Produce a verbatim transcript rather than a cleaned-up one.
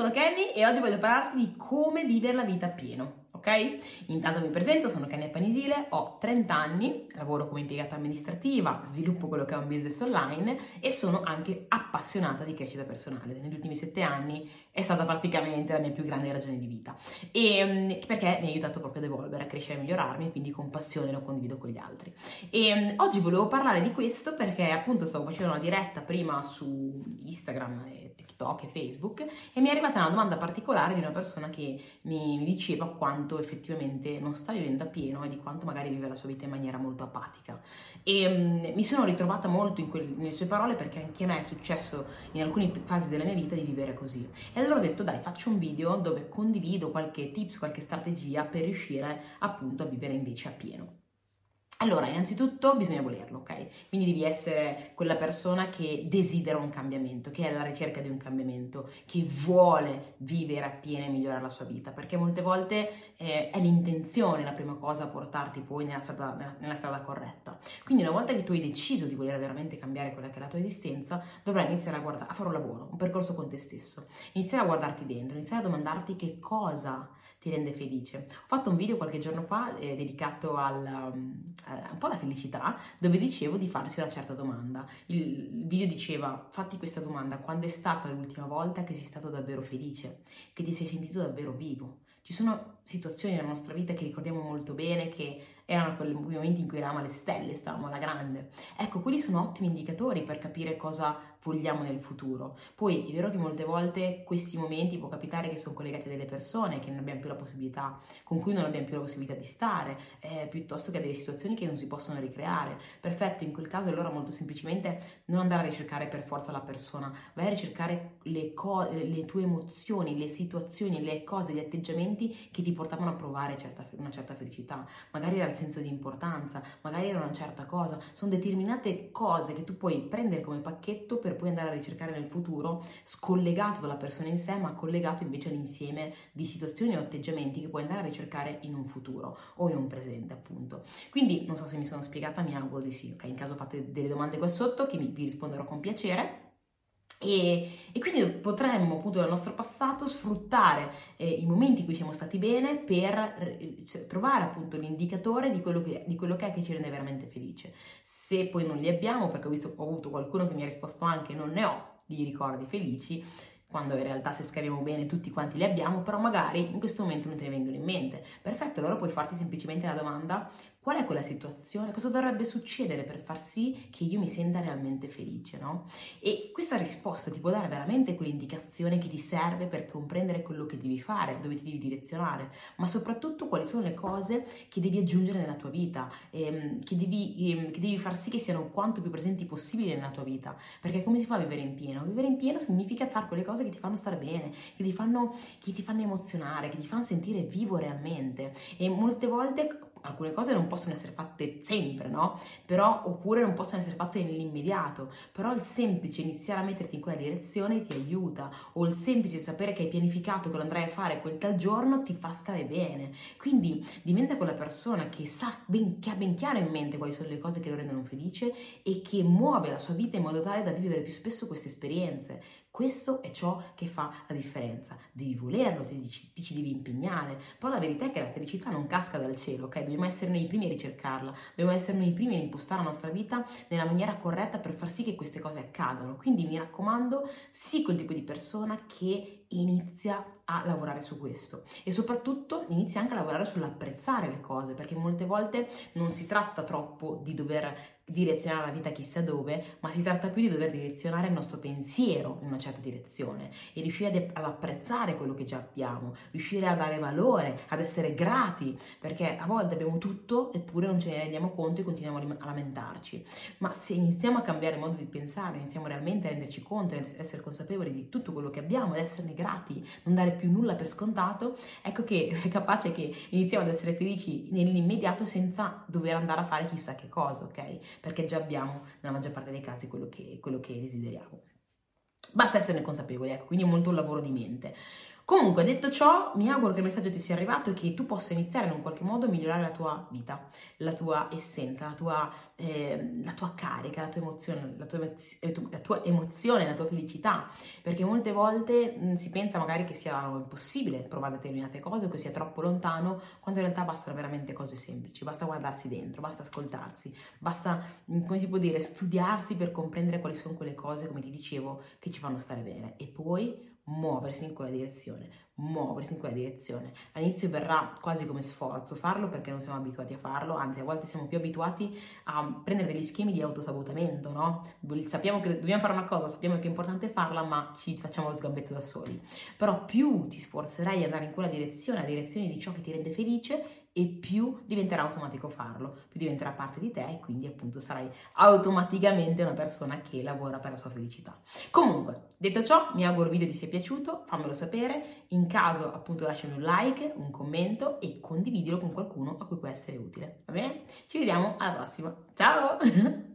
sono Kenny e oggi voglio parlarti di come vivere la vita a pieno, ok? Intanto mi presento, sono Kenny Appanisile, ho trenta anni, lavoro come impiegata amministrativa, sviluppo quello che è un business online e sono anche appassionata di crescita personale. Negli ultimi sette anni è stata praticamente la mia più grande ragione di vita, e, perché mi ha aiutato proprio ad evolvere, a crescere e a migliorarmi, quindi con passione lo condivido con gli altri. E oggi volevo parlare di questo perché appunto stavo facendo una diretta prima su Instagram e TikTok e Facebook e mi è arrivata una domanda particolare di una persona che mi, mi diceva quanto effettivamente non sta vivendo a pieno e di quanto magari vive la sua vita in maniera molto apatica. E um, mi sono ritrovata molto in quel, nelle sue parole, perché anche a me è successo in alcune fasi della mia vita di vivere così. E allora ho detto dai, faccio un video dove condivido qualche tips, qualche strategia per riuscire appunto a vivere invece a pieno. Allora, innanzitutto bisogna volerlo, ok? Quindi devi essere quella persona che desidera un cambiamento, che è alla ricerca di un cambiamento, che vuole vivere appieno e migliorare la sua vita, perché molte volte eh, è l'intenzione la prima cosa a portarti poi nella strada, nella, nella strada corretta. Quindi una volta che tu hai deciso di voler veramente cambiare quella che è la tua esistenza, dovrai iniziare a guardare, a fare un lavoro, un percorso con te stesso, iniziare a guardarti dentro, iniziare a domandarti che cosa ti rende felice. Ho fatto un video qualche giorno fa eh, dedicato al, um, eh, un po' alla felicità, dove dicevo di farsi una certa domanda. Il, il video diceva: fatti questa domanda: quando è stata l'ultima volta che sei stato davvero felice, che ti sei sentito davvero vivo? Ci sono situazioni nella nostra vita che ricordiamo molto bene, che erano quei momenti in cui eravamo alle stelle, stavamo alla grande. Ecco, quelli sono ottimi indicatori per capire cosa vogliamo nel futuro. Poi è vero che molte volte questi momenti può capitare che sono collegati a delle persone che non abbiamo più la possibilità, con cui non abbiamo più la possibilità di stare, eh, piuttosto che a delle situazioni che non si possono ricreare. Perfetto, in quel caso allora molto semplicemente non andare a ricercare per forza la persona, vai a ricercare le, co- le tue emozioni, le situazioni, le cose, gli atteggiamenti che ti portavano a provare certa, una certa felicità. Magari era il senso di importanza, magari era una certa cosa. Sono determinate cose che tu puoi prendere come pacchetto per poi andare a ricercare nel futuro, scollegato dalla persona in sé, ma collegato invece all'insieme di situazioni o atteggiamenti che puoi andare a ricercare in un futuro o in un presente, appunto. Quindi non so se mi sono spiegata, mi auguro di sì, ok? In caso fate delle domande qua sotto, che mi, vi risponderò con piacere. E, e quindi potremmo appunto dal nostro passato sfruttare eh, i momenti in cui siamo stati bene per eh, cioè, trovare appunto l'indicatore di quello, che, di quello che è che ci rende veramente felice. Se poi non li abbiamo, perché ho visto, ho avuto qualcuno che mi ha risposto anche non ne ho di ricordi felici, quando in realtà se scriviamo bene tutti quanti li abbiamo, però magari in questo momento non te ne vengono in mente. Perfetto, allora puoi farti semplicemente la domanda: qual è quella situazione? Cosa dovrebbe succedere per far sì che io mi senta realmente felice, no? E questa risposta ti può dare veramente quell'indicazione che ti serve per comprendere quello che devi fare, dove ti devi direzionare, ma soprattutto quali sono le cose che devi aggiungere nella tua vita, ehm, che, devi, ehm, che devi far sì che siano quanto più presenti possibile nella tua vita. Perché come si fa a vivere in pieno? Vivere in pieno significa fare quelle cose che ti fanno stare bene, che ti fanno, che ti fanno emozionare, che ti fanno sentire vivo realmente. E molte volte alcune cose non possono essere fatte sempre, no? Però, oppure non possono essere fatte nell'immediato, però il semplice iniziare a metterti in quella direzione ti aiuta, o il semplice sapere che hai pianificato che lo andrai a fare quel tal giorno ti fa stare bene. Quindi diventa quella persona che sa ben, che ha ben chiaro in mente quali sono le cose che lo rendono felice e che muove la sua vita in modo tale da vivere più spesso queste esperienze. Questo è ciò che fa la differenza. Devi volerlo, ti, ti ci devi impegnare, però la verità è che la felicità non casca dal cielo, ok? Dobbiamo essere noi i primi a ricercarla, dobbiamo essere noi i primi a impostare la nostra vita nella maniera corretta per far sì che queste cose accadano. Quindi mi raccomando, sii quel tipo di persona che inizia a lavorare su questo e soprattutto inizia anche a lavorare sull'apprezzare le cose, perché molte volte non si tratta troppo di dover direzionare la vita chissà dove, ma si tratta più di dover direzionare il nostro pensiero in una certa direzione e riuscire ad apprezzare quello che già abbiamo, riuscire a dare valore, ad essere grati, perché a volte abbiamo tutto eppure non ce ne rendiamo conto e continuiamo a lamentarci. Ma se iniziamo a cambiare modo di pensare, iniziamo realmente a renderci conto e ad essere consapevoli di tutto quello che abbiamo, ad esserne grati, non dare più nulla per scontato, ecco che è capace che iniziamo ad essere felici nell'immediato senza dover andare a fare chissà che cosa, ok? Perché già abbiamo nella maggior parte dei casi quello che, quello che desideriamo. Basta esserne consapevoli, ecco, quindi è molto un lavoro di mente. Comunque, detto ciò, mi auguro che il messaggio ti sia arrivato e che tu possa iniziare in un qualche modo a migliorare la tua vita, la tua essenza, la tua, eh, la tua carica, la tua emozione, la tua, la tua emozione, la tua felicità, perché molte volte mh, si pensa magari che sia impossibile provare determinate cose o che sia troppo lontano, quando in realtà bastano veramente cose semplici, basta guardarsi dentro, basta ascoltarsi, basta, mh, come si può dire, studiarsi per comprendere quali sono quelle cose, come ti dicevo, che ci fanno stare bene e poi muoversi in quella direzione, muoversi in quella direzione. All'inizio verrà quasi come sforzo farlo perché non siamo abituati a farlo, anzi a volte siamo più abituati a prendere degli schemi di autosabotamento, no? Sappiamo che dobbiamo fare una cosa, sappiamo che è importante farla, ma ci facciamo lo sgambetto da soli. Però più ti sforzerai di andare in quella direzione, la direzione di ciò che ti rende felice, e più diventerà automatico farlo, più diventerà parte di te e quindi appunto sarai automaticamente una persona che lavora per la sua felicità. Comunque, detto ciò, mi auguro il video ti sia piaciuto, fammelo sapere, in caso appunto lasciami un like, un commento e condividilo con qualcuno a cui può essere utile, va bene? Ci vediamo alla prossima, ciao!